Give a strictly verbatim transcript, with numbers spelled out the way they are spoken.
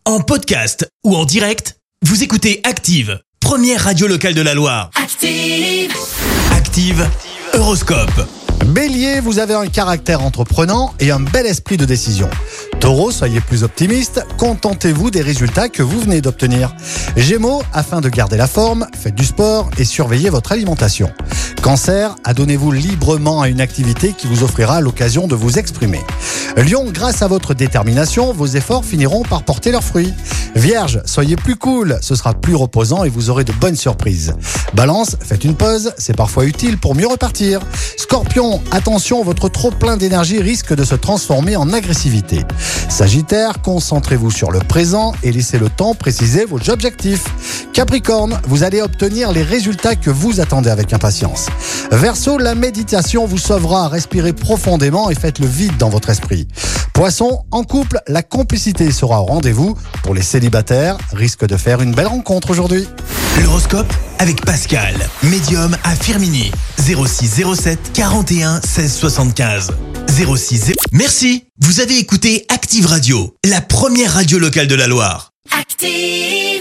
En podcast ou en direct, vous écoutez Active, première radio locale de la Loire. Active, Active Horoscope. Bélier, vous avez un caractère entreprenant et un bel esprit de décision. Taureau, soyez plus optimiste, contentez-vous des résultats que vous venez d'obtenir. Gémeaux, afin de garder la forme, faites du sport et surveillez votre alimentation. Cancer, adonnez-vous librement à une activité qui vous offrira l'occasion de vous exprimer. Lion, grâce à votre détermination, vos efforts finiront par porter leurs fruits. Vierge, soyez plus cool, ce sera plus reposant et vous aurez de bonnes surprises. Balance, faites une pause, c'est parfois utile pour mieux repartir. Scorpion, attention, votre trop plein d'énergie risque de se transformer en agressivité. Sagittaire, concentrez-vous sur le présent et laissez le temps préciser vos objectifs. Capricorne, vous allez obtenir les résultats que vous attendez avec impatience. Verseau, la méditation vous sauvera, respirez profondément et faites le vide dans votre esprit. Poisson, en couple, la complicité sera au rendez-vous. Pour les célibataires, risque de faire une belle rencontre aujourd'hui. L'horoscope avec Pascal, médium à Firminy. zéro six zéro sept quarante et un seize soixante-quinze. zéro six. Merci. Vous avez écouté Active Radio, la première radio locale de la Loire. Active.